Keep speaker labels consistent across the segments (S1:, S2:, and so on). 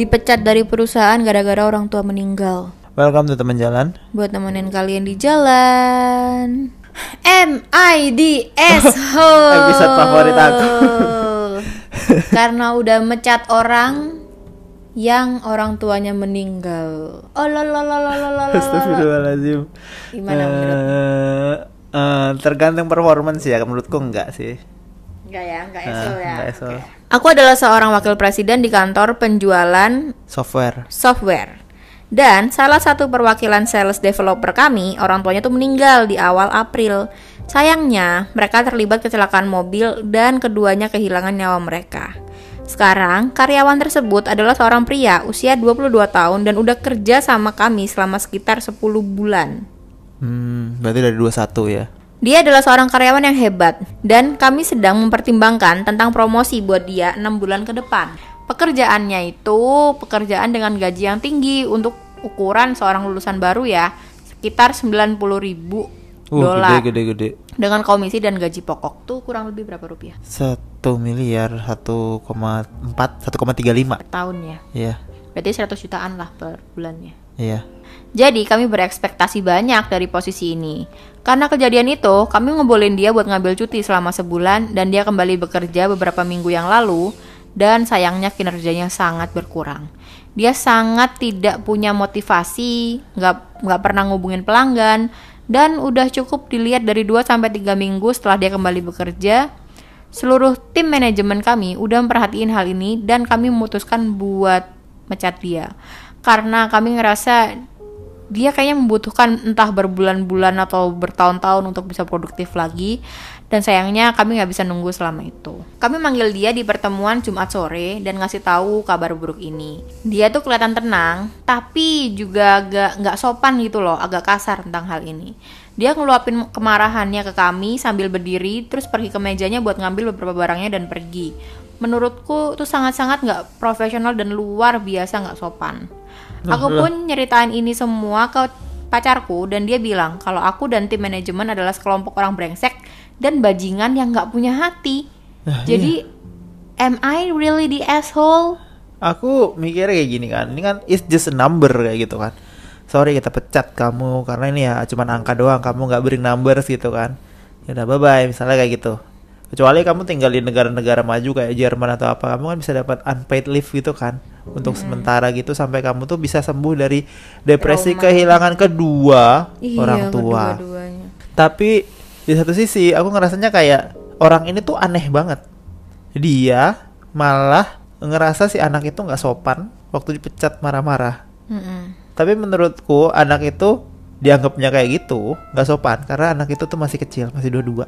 S1: Dipecat dari perusahaan gara-gara orang tua meninggal.
S2: Welcome to teman jalan.
S1: Buat nemenin kalian di jalan. MIDS
S2: Episode favorit aku.
S1: Karena udah mecat orang yang orang tuanya meninggal. Oh lololololololol.
S2: Astagfirullahaladzim.
S1: Gimana menurutmu?
S2: Tergantung performance ya, menurutku enggak sih.
S1: Enggak esol ya.
S2: Enggak esol.
S1: Okay. Aku adalah seorang wakil presiden di kantor penjualan software. Dan salah satu perwakilan sales developer kami, orang tuanya tuh meninggal di awal April. Sayangnya, mereka terlibat kecelakaan mobil dan keduanya kehilangan nyawa mereka. Sekarang, karyawan tersebut adalah seorang pria usia 22 tahun dan udah kerja sama kami selama sekitar 10 bulan.
S2: Berarti dari 21 ya?
S1: Dia adalah seorang karyawan yang hebat dan kami sedang mempertimbangkan tentang promosi buat dia 6 bulan ke depan. Pekerjaannya itu pekerjaan dengan gaji yang tinggi untuk ukuran seorang lulusan baru ya, sekitar 90.000 dolar.
S2: Gede.
S1: Dengan komisi dan gaji pokok tuh kurang lebih berapa rupiah?
S2: 1 miliar 1,35
S1: Per tahun ya.
S2: Iya.
S1: Berarti 100 jutaan lah per bulannya.
S2: Iya.
S1: Jadi kami berekspektasi banyak dari posisi ini. Karena kejadian itu, kami ngebolehin dia buat ngambil cuti selama sebulan dan dia kembali bekerja beberapa minggu yang lalu. Dan sayangnya kinerjanya sangat berkurang. Dia sangat tidak punya motivasi, nggak pernah ngubungin pelanggan, dan udah cukup dilihat dari 2-3 minggu setelah dia kembali bekerja. Seluruh tim manajemen kami udah memperhatiin hal ini dan kami memutuskan buat mecat dia. Karena kami ngerasa dia kayaknya membutuhkan entah berbulan-bulan atau bertahun-tahun untuk bisa produktif lagi. Dan sayangnya kami nggak bisa nunggu selama itu. Kami manggil dia di pertemuan Jumat sore dan ngasih tahu kabar buruk ini. Dia tuh kelihatan tenang, tapi juga nggak sopan gitu loh, agak kasar tentang hal ini. Dia ngeluapin kemarahannya ke kami sambil berdiri, terus pergi ke mejanya buat ngambil beberapa barangnya dan pergi. Menurutku tuh sangat-sangat nggak profesional dan luar biasa nggak sopan. Aku pun nyeritain ini semua ke pacarku dan dia bilang kalau aku dan tim manajemen adalah sekelompok orang brengsek dan bajingan yang nggak punya hati. Jadi, am I really the asshole?
S2: Aku mikirnya kayak gini kan, ini kan it's just a number kayak gitu kan. Sorry kita pecat kamu karena ini ya cuman angka doang, kamu nggak bring numbers gitu kan. Ya udah bye bye misalnya kayak gitu. Kecuali kamu tinggal di negara-negara maju kayak Jerman atau apa, kamu kan bisa dapat unpaid leave gitu kan untuk sementara gitu sampai kamu tuh bisa sembuh dari depresi kehilangan kedua orang tua. Tapi di satu sisi aku ngerasanya kayak orang ini tuh aneh banget. Dia malah ngerasa si anak itu nggak sopan waktu dipecat marah-marah. Tapi menurutku anak itu dianggapnya kayak gitu nggak sopan karena anak itu tuh masih kecil, masih 22.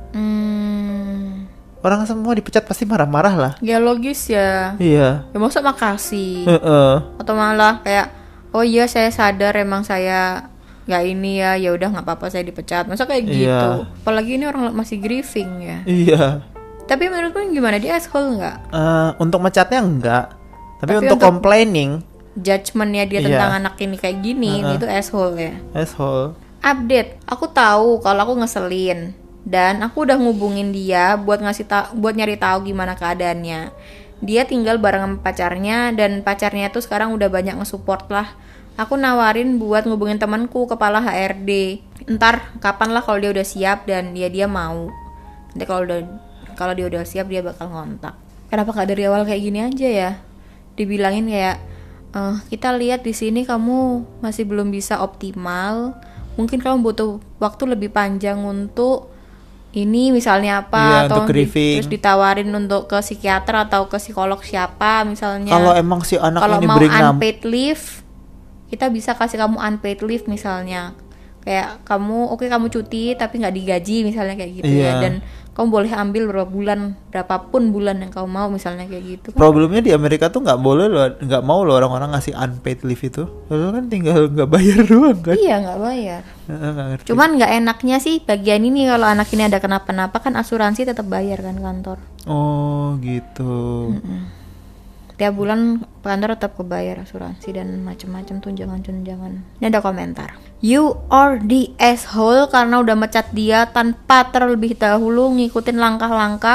S2: Orang semua dipecat pasti marah-marah lah.
S1: Ya logis ya.
S2: Iya.
S1: Ya maksud makasih. Atau malah kayak, oh iya saya sadar emang saya nggak ini ya, ya udah nggak apa-apa saya dipecat. Masa kayak gitu. Apalagi ini orang masih grieving ya. Iya. Tapi menurutmu gimana, dia asshole nggak?
S2: Untuk mecatnya enggak. Tapi untuk complaining,
S1: judgementnya dia tentang anak ini kayak gini, itu asshole ya.
S2: Asshole.
S1: Update, aku tahu kalau aku ngeselin. Dan aku udah ngubungin dia buat buat nyari tahu gimana keadaannya. Dia tinggal bareng sama pacarnya dan pacarnya tuh sekarang udah banyak nge-support lah. Aku nawarin buat ngubungin temanku kepala HRD. Entar kapan lah kalau dia udah siap dan dia mau. Nanti kalau dia udah siap dia bakal ngontak. Kenapa gak dari awal kayak gini aja ya? Dibilangin kayak kita lihat di sini kamu masih belum bisa optimal. Mungkin kamu butuh waktu lebih panjang untuk ini misalnya apa, atau terus ditawarin untuk ke psikiater atau ke psikolog siapa misalnya.
S2: Kalau emang si anak
S1: kalau
S2: ini
S1: mau unpaid leave, kita bisa kasih kamu unpaid leave misalnya. Kayak kamu cuti tapi nggak digaji misalnya kayak gitu ya. Dan kamu boleh ambil berapapun bulan yang kamu mau misalnya kayak gitu kan.
S2: Problemnya di Amerika tuh nggak mau loh orang-orang ngasih unpaid leave itu. Lalu kan tinggal nggak bayar doang kan.
S1: Iya nggak bayar. Cuman nggak enaknya sih bagian ini kalau anak ini ada kenapa-napa kan asuransi tetap bayar kan kantor.
S2: Oh gitu.
S1: Tiap bulan kantor tetap kebayar asuransi dan macam-macam tunjangan-tunjangan. Ini ada komentar. You are the asshole karena udah mecat dia tanpa terlebih dahulu ngikutin langkah-langkah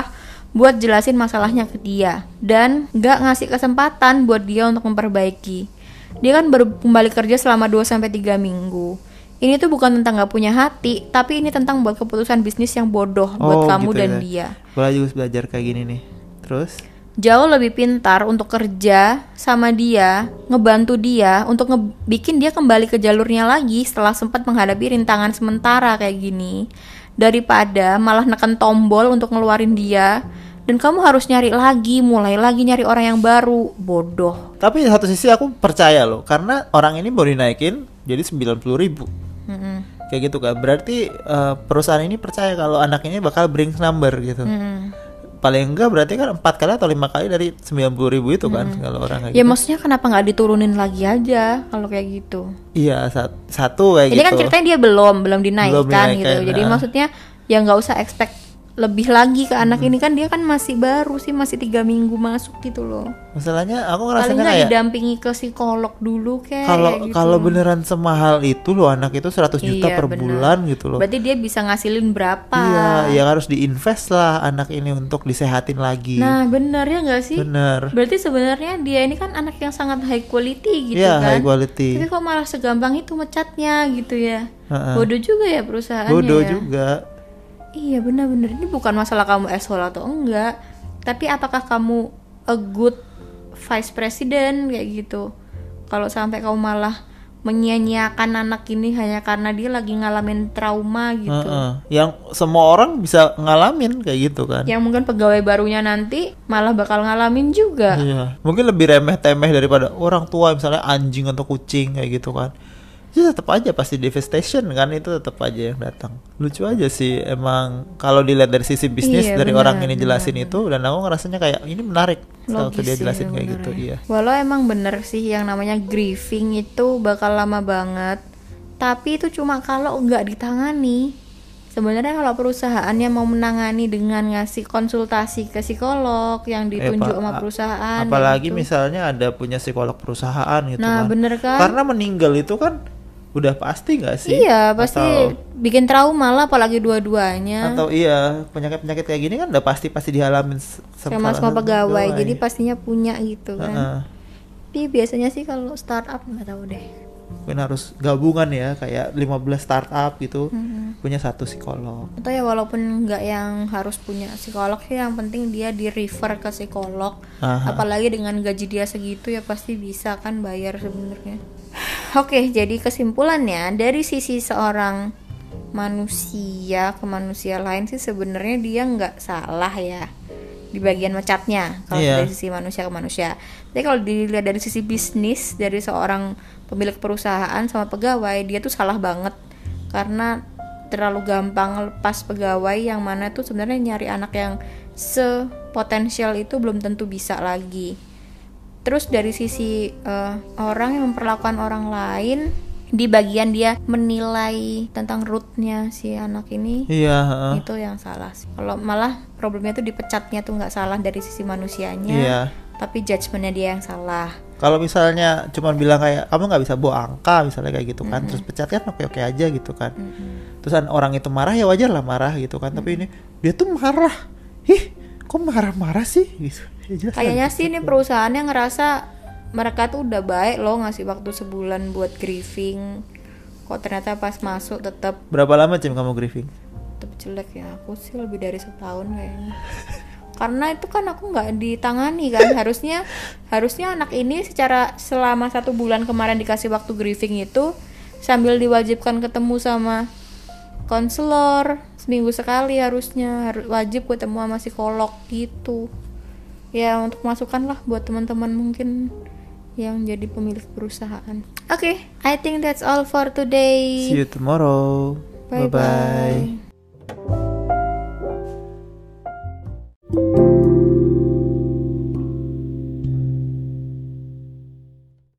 S1: buat jelasin masalahnya ke dia dan gak ngasih kesempatan buat dia untuk memperbaiki. Dia kan baru kembali kerja selama 2-3 minggu. Ini tuh bukan tentang gak punya hati, tapi ini tentang buat keputusan bisnis yang bodoh buat kamu
S2: gitu
S1: dan
S2: ya.
S1: dia.
S2: Gue juga belajar kayak gini nih. Terus?
S1: Jauh lebih pintar untuk kerja sama dia, ngebantu dia untuk bikin dia kembali ke jalurnya lagi setelah sempat menghadapi rintangan sementara kayak gini, daripada malah neken tombol untuk ngeluarin dia dan kamu harus nyari lagi, mulai lagi nyari orang yang baru. Bodoh.
S2: Tapi di satu sisi aku percaya loh, karena orang ini baru dinaikin jadi 90.000. Kayak gitu kan. Berarti perusahaan ini percaya kalau anak ini bakal bring number gitu. Paling enggak berarti kan 4 kali atau 5 kali dari 90.000 itu kan, kalau orang kayak
S1: Ya
S2: gitu.
S1: maksudnya kenapa nggak diturunin lagi aja kalau kayak gitu?
S2: Iya, satu kayak
S1: Ini
S2: gitu.
S1: kan ceritanya dia belum dinaikkan gitu.
S2: dinaikkan,
S1: Jadi maksudnya ya nggak usah expect lebih lagi ke anak ini, kan dia kan masih baru sih, masih 3 minggu masuk gitu loh.
S2: Masalahnya aku
S1: Paling
S2: ngerasanya
S1: nggak
S2: kayak
S1: didampingi ke psikolog dulu
S2: kalau
S1: kayak gitu.
S2: kalau beneran semahal itu loh, anak itu 100 juta
S1: Iya,
S2: per
S1: bener.
S2: bulan gitu loh.
S1: Berarti dia bisa ngasilin berapa?
S2: Iya, ya harus diinvest lah anak ini untuk disehatin lagi.
S1: Nah bener ya nggak sih?
S2: Bener.
S1: Berarti sebenarnya dia ini kan anak yang sangat high quality gitu
S2: Iya,
S1: kan.
S2: high quality.
S1: Tapi kok malah segampang itu mecatnya gitu ya.
S2: Heeh.
S1: Bodoh juga ya perusahaannya
S2: Bodoh
S1: ya.
S2: juga.
S1: Iya benar-benar, ini bukan masalah kamu asshole atau enggak, tapi apakah kamu a good vice president kayak gitu. Kalau sampai kamu malah menyia-nyiakan anak ini hanya karena dia lagi ngalamin trauma gitu.
S2: Yang semua orang bisa ngalamin kayak gitu kan.
S1: Yang mungkin pegawai barunya nanti malah bakal ngalamin juga.
S2: Iya. Mungkin lebih remeh-temeh daripada orang tua, misalnya anjing atau kucing kayak gitu kan. Ya tetap aja pasti devastation kan, itu tetap aja yang datang. Lucu aja sih emang kalau dilihat dari sisi bisnis
S1: Iya,
S2: dari
S1: benar,
S2: orang ini jelasin itu, dan aku ngerasanya kayak ini menarik kalau
S1: Logis
S2: dia
S1: sih
S2: jelasin kayak gitu.
S1: sebenarnya.
S2: Iya.
S1: Walau emang bener sih yang namanya grieving itu bakal lama banget, tapi itu cuma kalau nggak ditangani. Sebenarnya kalau perusahaannya mau menangani dengan ngasih konsultasi ke psikolog yang ditunjuk sama perusahaan,
S2: Apalagi
S1: gitu.
S2: misalnya ada punya psikolog perusahaan gitu
S1: Nah
S2: kan.
S1: bener kan?
S2: Karena meninggal itu kan udah pasti nggak sih?
S1: Iya pasti
S2: Atau-
S1: bikin trauma lah, apalagi dua-duanya.
S2: Atau iya penyakit-penyakit kayak gini kan udah pasti dialamin
S1: Sama semua pegawai, jadi pastinya punya gitu kan.
S2: Heeh.
S1: Tapi biasanya sih kalau startup nggak tahu deh.
S2: Mungkin harus gabungan ya, kayak 15 startup gitu, punya satu psikolog.
S1: Atau ya walaupun nggak yang harus punya psikolog sih, yang penting dia di refer ke psikolog.
S2: Aha.
S1: Apalagi dengan gaji dia segitu ya pasti bisa kan bayar sebenarnya. Oke, jadi kesimpulannya dari sisi seorang manusia ke manusia lain sih sebenarnya dia nggak salah ya di bagian mecatnya kalau
S2: Iya.
S1: dari sisi manusia ke manusia. Tapi kalau dilihat dari sisi bisnis, dari seorang pemilik perusahaan sama pegawai, dia tuh salah banget karena terlalu gampang lepas pegawai yang mana tuh sebenarnya nyari anak yang sepotensial itu belum tentu bisa lagi. Terus dari sisi orang yang memperlakukan orang lain, di bagian dia menilai tentang rootnya si anak ini,
S2: Iya, heeh.
S1: itu yang salah sih. Kalau malah problemnya tuh dipecatnya tuh nggak salah dari sisi manusianya,
S2: Iya.
S1: tapi judgementnya dia yang salah.
S2: Kalau misalnya cuma bilang kayak kamu nggak bisa bawa angka misalnya kayak gitu kan, terus pecat kan oke-oke aja gitu kan. Terus orang itu marah ya wajar lah marah gitu kan, tapi ini dia tuh marah. Ih, kok marah-marah sih gitu. Ya jelas lah.
S1: Kayaknya sih ini perusahaannya ngerasa mereka tuh udah baik loh ngasih waktu sebulan buat grieving, kok ternyata pas masuk tetap
S2: Berapa lama Cim kamu grieving?
S1: jelek ya. Aku sih lebih dari setahun kayaknya. Karena itu kan aku nggak ditangani kan, harusnya anak ini secara selama 1 bulan kemarin dikasih waktu grieving itu sambil diwajibkan ketemu sama konselor seminggu sekali, harusnya wajib ketemu sama psikolog gitu ya, untuk masukan lah buat teman-teman mungkin yang jadi pemilik perusahaan. Oke, I think that's all for today.
S2: See you tomorrow.
S1: Bye
S2: Bye-bye.
S1: bye.